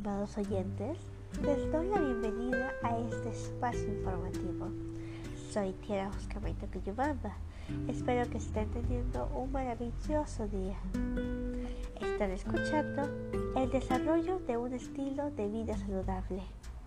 estimados oyentes, les doy la bienvenida a este espacio informativo. Soy Tiara Oscar Maito Cuyubamba. Espero que estén teniendo un maravilloso día. Están escuchando el desarrollo de un estilo de vida saludable.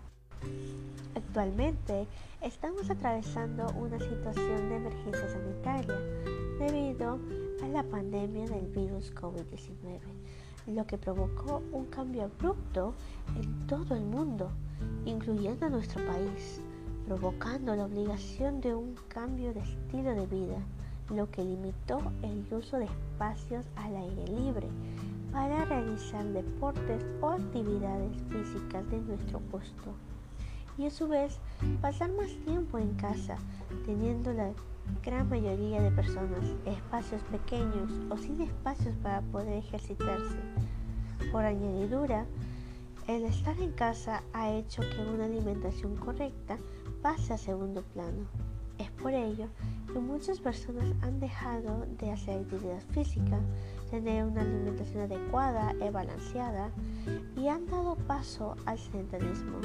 Actualmente estamos atravesando una situación de emergencia sanitaria debido a la pandemia del virus COVID-19, lo que provocó un cambio abrupto en todo el mundo, incluyendo a nuestro país, provocando la obligación de un cambio de estilo de vida, lo que limitó el uso de espacios al aire libre para realizar deportes o actividades físicas de nuestro gusto, y a su vez pasar más tiempo en casa, teniendo la gran mayoría de personas espacios pequeños o sin espacios para poder ejercitarse. Por añadidura, el estar en casa ha hecho que una alimentación correcta pase a segundo plano. Es por ello que muchas personas han dejado de hacer actividad física, tener una alimentación adecuada y balanceada, y han dado paso al sedentarismo,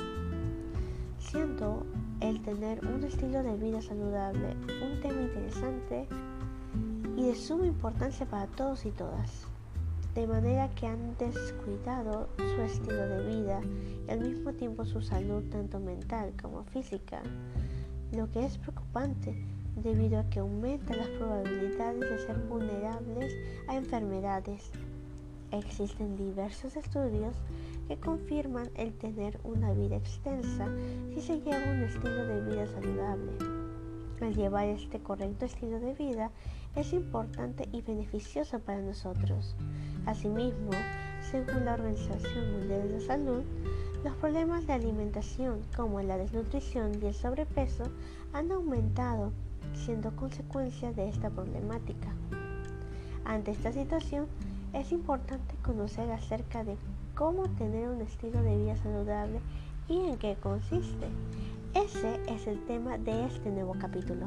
siendo el tener un estilo de vida saludable un tema interesante y de suma importancia para todos y todas, de manera que han descuidado su estilo de vida y al mismo tiempo su salud tanto mental como física, lo que es preocupante debido a que aumenta las probabilidades de ser vulnerables a enfermedades. Existen diversos estudios que confirman el tener una vida extensa si se lleva un estilo de vida saludable. Al llevar este correcto estilo de vida es importante y beneficioso para nosotros. Asimismo, según la Organización Mundial de la Salud, los problemas de alimentación como la desnutrición y el sobrepeso han aumentado, siendo consecuencia de esta problemática. Ante esta situación, es importante conocer acerca de cómo tener un estilo de vida saludable y en qué consiste. Ese es el tema de este nuevo capítulo.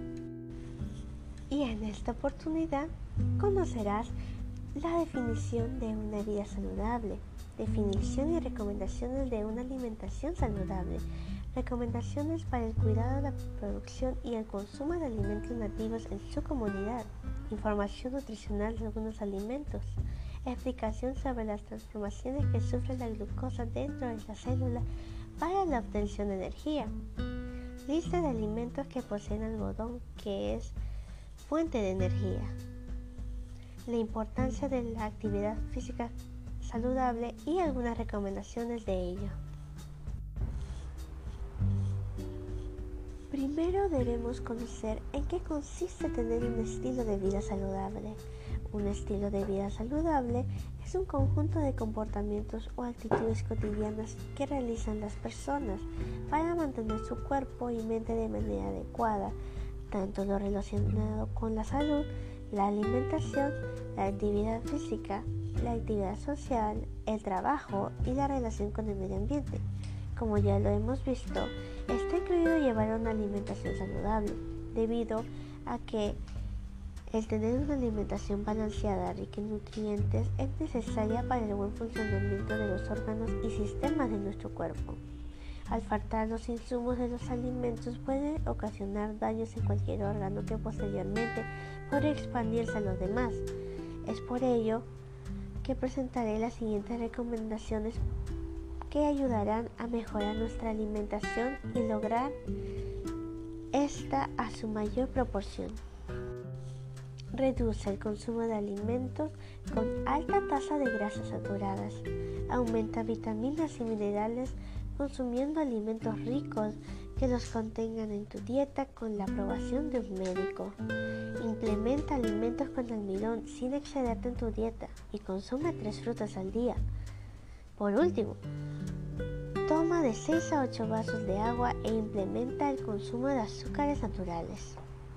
Y en esta oportunidad conocerás la definición de una vida saludable, definición y recomendaciones de una alimentación saludable, recomendaciones para el cuidado de la producción y el consumo de alimentos nativos en su comunidad, información nutricional de algunos alimentos, explicación sobre las transformaciones que sufre la glucosa dentro de la célula para la obtención de energía, lista de alimentos que poseen algodón, que es fuente de energía, la importancia de la actividad física saludable y algunas recomendaciones de ello. Primero debemos conocer en qué consiste tener un estilo de vida saludable. Un estilo de vida saludable es un conjunto de comportamientos o actitudes cotidianas que realizan las personas para mantener su cuerpo y mente de manera adecuada, tanto lo relacionado con la salud, la alimentación, la actividad física, la actividad social, el trabajo y la relación con el medio ambiente. Como ya lo hemos visto, está incluido llevar una alimentación saludable, debido a que el tener una alimentación balanceada, rica en nutrientes, es necesaria para el buen funcionamiento de los órganos y sistemas de nuestro cuerpo. Al faltar los insumos de los alimentos puede ocasionar daños en cualquier órgano que posteriormente podría expandirse a los demás. Es por ello que presentaré las siguientes recomendaciones que ayudarán a mejorar nuestra alimentación y lograr esta a su mayor proporción. Reduce el consumo de alimentos con alta tasa de grasas saturadas. Aumenta vitaminas y minerales consumiendo alimentos ricos que los contengan en tu dieta con la aprobación de un médico. Implementa alimentos con almidón sin excederte en tu dieta y consume 3 frutas al día. Por último, toma de 6 a 8 vasos de agua e implementa el consumo de azúcares naturales.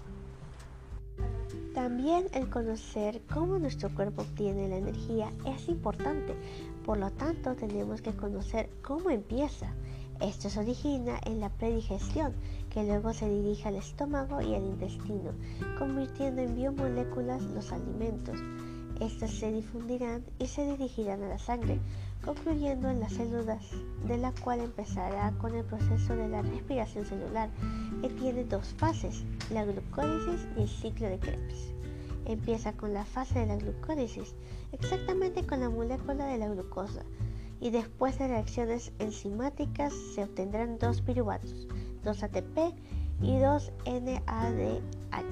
También el conocer cómo nuestro cuerpo obtiene la energía es importante, por lo tanto tenemos que conocer cómo empieza. Esto se origina en la predigestión, que luego se dirige al estómago y al intestino, convirtiendo en biomoléculas los alimentos. Estas se difundirán y se dirigirán a la sangre, concluyendo en las células, de la cual empezará con el proceso de la respiración celular, que tiene dos fases, la glucólisis y el ciclo de Krebs. Empieza con la fase de la glucólisis, exactamente con la molécula de la glucosa, y después de reacciones enzimáticas se obtendrán dos piruvatos, 2 ATP y 2 NADH.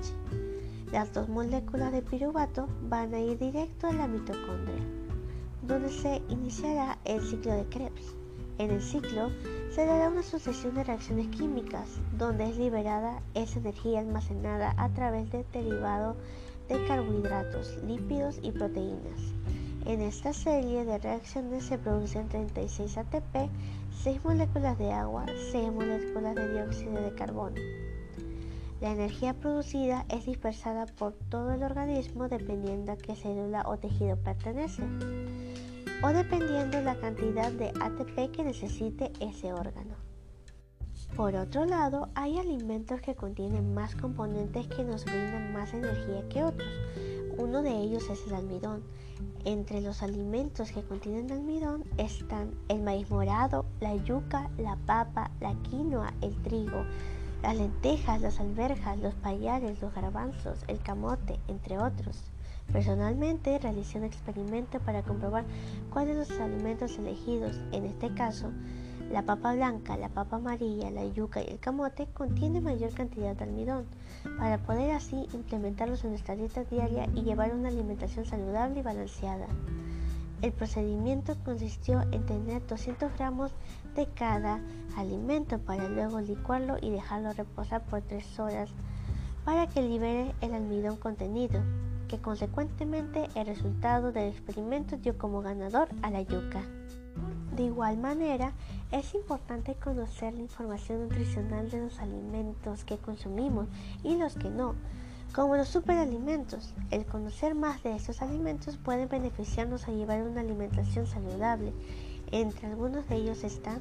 Las dos moléculas de piruvato van a ir directo a la mitocondria, donde se iniciará el ciclo de Krebs. En el ciclo se dará una sucesión de reacciones químicas, donde es liberada esa energía almacenada a través del derivado de carbohidratos, lípidos y proteínas. En esta serie de reacciones se producen 36 ATP, 6 moléculas de agua, 6 moléculas de dióxido de carbono. La energía producida es dispersada por todo el organismo dependiendo a qué célula o tejido pertenece, o dependiendo la cantidad de ATP que necesite ese órgano. Por otro lado, hay alimentos que contienen más componentes que nos brindan más energía que otros. Uno de ellos es el almidón. Entre los alimentos que contienen almidón están el maíz morado, la yuca, la papa, la quinoa, el trigo, las lentejas, las alberjas, los payares, los garbanzos, el camote, entre otros. Personalmente realicé un experimento para comprobar cuáles de los alimentos elegidos, en este caso, la papa blanca, la papa amarilla, la yuca y el camote, contienen mayor cantidad de almidón, para poder así implementarlos en nuestra dieta diaria y llevar una alimentación saludable y balanceada. El procedimiento consistió en tener 200 gramos de cada alimento para luego licuarlo y dejarlo reposar por 3 horas para que libere el almidón contenido, que consecuentemente el resultado del experimento dio como ganador a la yuca. De igual manera, es importante conocer la información nutricional de los alimentos que consumimos y los que no, como los superalimentos. El conocer más de estos alimentos puede beneficiarnos a llevar una alimentación saludable. Entre algunos de ellos están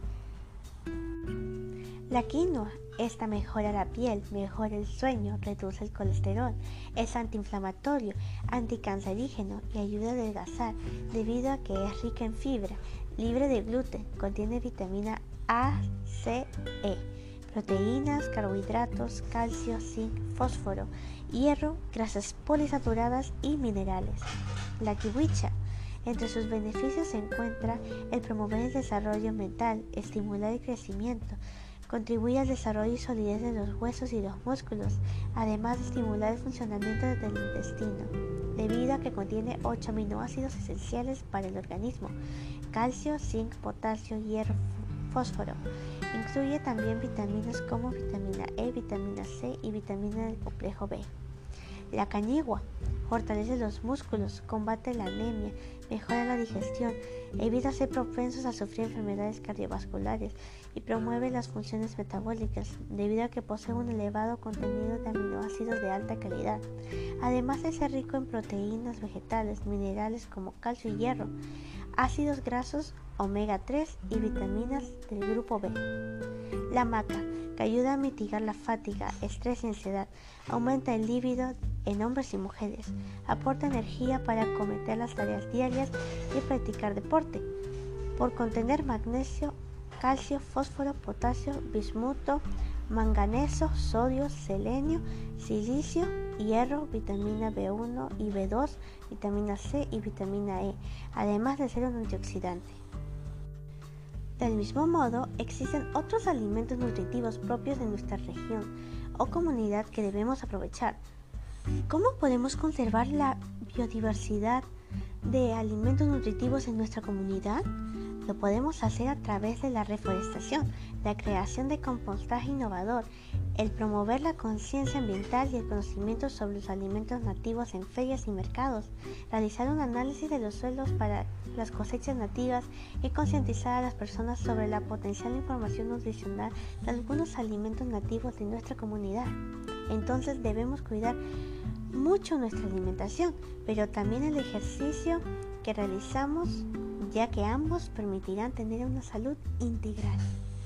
la quinoa. Esta mejora la piel, mejora el sueño, reduce el colesterol, es antiinflamatorio, anticancerígeno y ayuda a adelgazar debido a que es rica en fibra, libre de gluten, contiene vitamina A, C, E, proteínas, carbohidratos, calcio, zinc, fósforo, hierro, grasas poliinsaturadas y minerales. La kiwicha. Entre sus beneficios se encuentra el promover el desarrollo mental, estimular el crecimiento, contribuye al desarrollo y solidez de los huesos y los músculos, además de estimular el funcionamiento del intestino, debido a que contiene 8 aminoácidos esenciales para el organismo: calcio, zinc, potasio, hierro, fósforo. Incluye también vitaminas como vitamina E, vitamina C y vitamina del complejo B. La cañigua fortalece los músculos, combate la anemia, mejora la digestión, evita ser propensos a sufrir enfermedades cardiovasculares y promueve las funciones metabólicas debido a que posee un elevado contenido de aminoácidos de alta calidad, además de ser rico en proteínas vegetales, minerales como calcio y hierro, ácidos grasos omega 3 y vitaminas del grupo B. La maca, que ayuda a mitigar la fatiga, estrés y ansiedad, aumenta el líbido en hombres y mujeres, aporta energía para acometer las tareas diarias y practicar deporte, por contener magnesio, calcio, fósforo, potasio, bismuto, manganeso, sodio, selenio, silicio, hierro, vitamina B1 y B2, vitamina C y vitamina E, además de ser un antioxidante. Del mismo modo, existen otros alimentos nutritivos propios de nuestra región o comunidad que debemos aprovechar. ¿Cómo podemos conservar la biodiversidad de alimentos nutritivos en nuestra comunidad? Lo podemos hacer a través de la reforestación, la creación de compostaje innovador, el promover la conciencia ambiental y el conocimiento sobre los alimentos nativos en ferias y mercados, realizar un análisis de los suelos para las cosechas nativas y concientizar a las personas sobre la potencial información nutricional de algunos alimentos nativos de nuestra comunidad. Entonces debemos cuidar mucho nuestra alimentación, pero también el ejercicio que realizamos, ya que ambos permitirán tener una salud integral.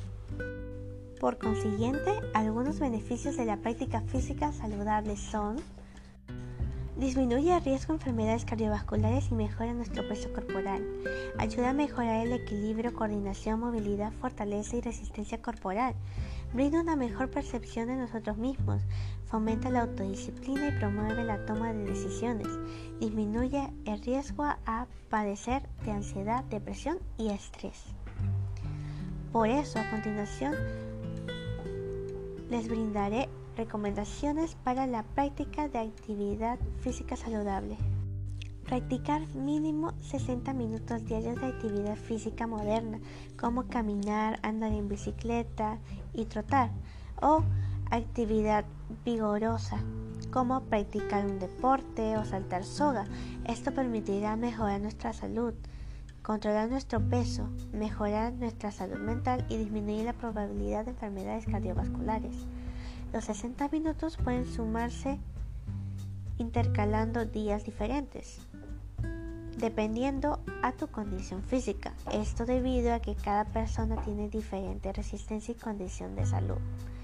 Por consiguiente, algunos beneficios de la práctica física saludable son Disminuye el riesgo de enfermedades cardiovasculares y mejora nuestro peso corporal. Ayuda a mejorar el equilibrio, coordinación, movilidad, fortaleza y resistencia corporal. Brinda una mejor percepción de nosotros mismos. Fomenta la autodisciplina y promueve la toma de decisiones. Disminuye el riesgo a padecer de ansiedad, depresión y estrés. Por eso, a continuación, les brindaré recomendaciones para la práctica de actividad física saludable. Practicar mínimo 60 minutos diarios de actividad física moderna, como caminar, andar en bicicleta y trotar, o actividad vigorosa, como practicar un deporte o saltar soga. Esto permitirá mejorar nuestra salud, controlar nuestro peso, mejorar nuestra salud mental y disminuir la probabilidad de enfermedades cardiovasculares. Los 60 minutos pueden sumarse intercalando días diferentes, dependiendo a tu condición física. Esto debido a que cada persona tiene diferente resistencia y condición de salud.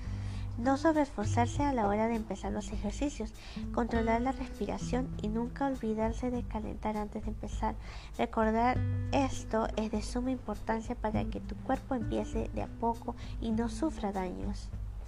No sobreesforzarse a la hora de empezar los ejercicios, controlar la respiración y nunca olvidarse de calentar antes de empezar. Recordar esto es de suma importancia para que tu cuerpo empiece de a poco y no sufra daños.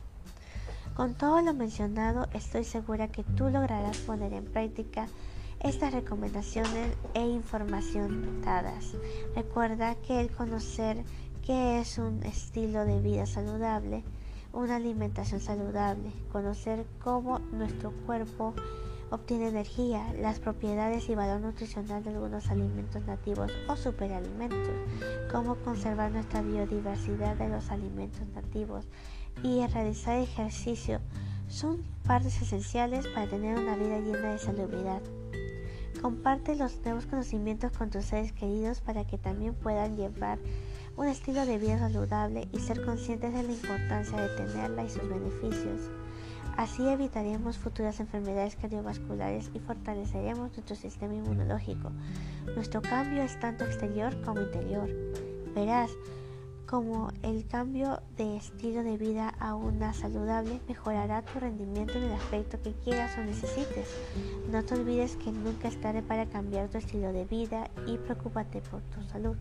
Con todo lo mencionado, estoy segura que tú lograrás poner en práctica estas recomendaciones e información dadas. Recuerda que el conocer qué es un estilo de vida saludable, una alimentación saludable, conocer cómo nuestro cuerpo obtiene energía, las propiedades y valor nutricional de algunos alimentos nativos o superalimentos, cómo conservar nuestra biodiversidad de los alimentos nativos y realizar ejercicio son partes esenciales para tener una vida llena de salubridad. Comparte los nuevos conocimientos con tus seres queridos para que también puedan llevar un estilo de vida saludable y ser conscientes de la importancia de tenerla y sus beneficios. Así evitaremos futuras enfermedades cardiovasculares y fortaleceremos nuestro sistema inmunológico. Nuestro cambio es tanto exterior como interior. Verás cómo el cambio de estilo de vida a una saludable mejorará tu rendimiento en el aspecto que quieras o necesites. No te olvides que nunca es tarde para cambiar tu estilo de vida y preocúpate por tu salud.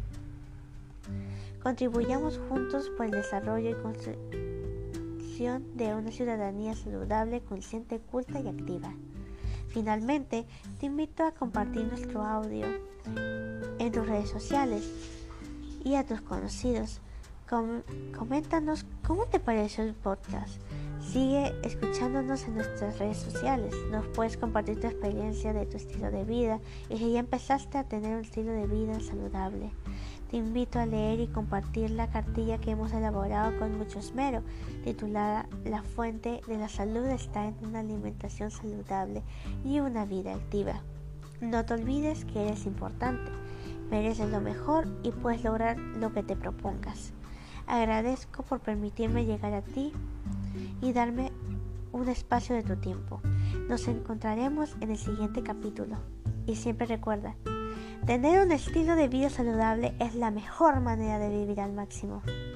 Contribuyamos juntos por el desarrollo y construcción de una ciudadanía saludable, consciente, culta y activa. Finalmente, te invito a compartir nuestro audio en tus redes sociales y a tus conocidos. Coméntanos cómo te pareció el podcast. Sigue escuchándonos en nuestras redes sociales. Nos puedes compartir tu experiencia de tu estilo de vida y si ya empezaste a tener un estilo de vida saludable. Te invito a leer y compartir la cartilla que hemos elaborado con mucho esmero, titulada La fuente de la salud está en una alimentación saludable y una vida activa. No te olvides que eres importante, mereces lo mejor y puedes lograr lo que te propongas. Agradezco por permitirme llegar a ti y darme un espacio de tu tiempo. Nos encontraremos en el siguiente capítulo. Y siempre recuerda, tener un estilo de vida saludable es la mejor manera de vivir al máximo.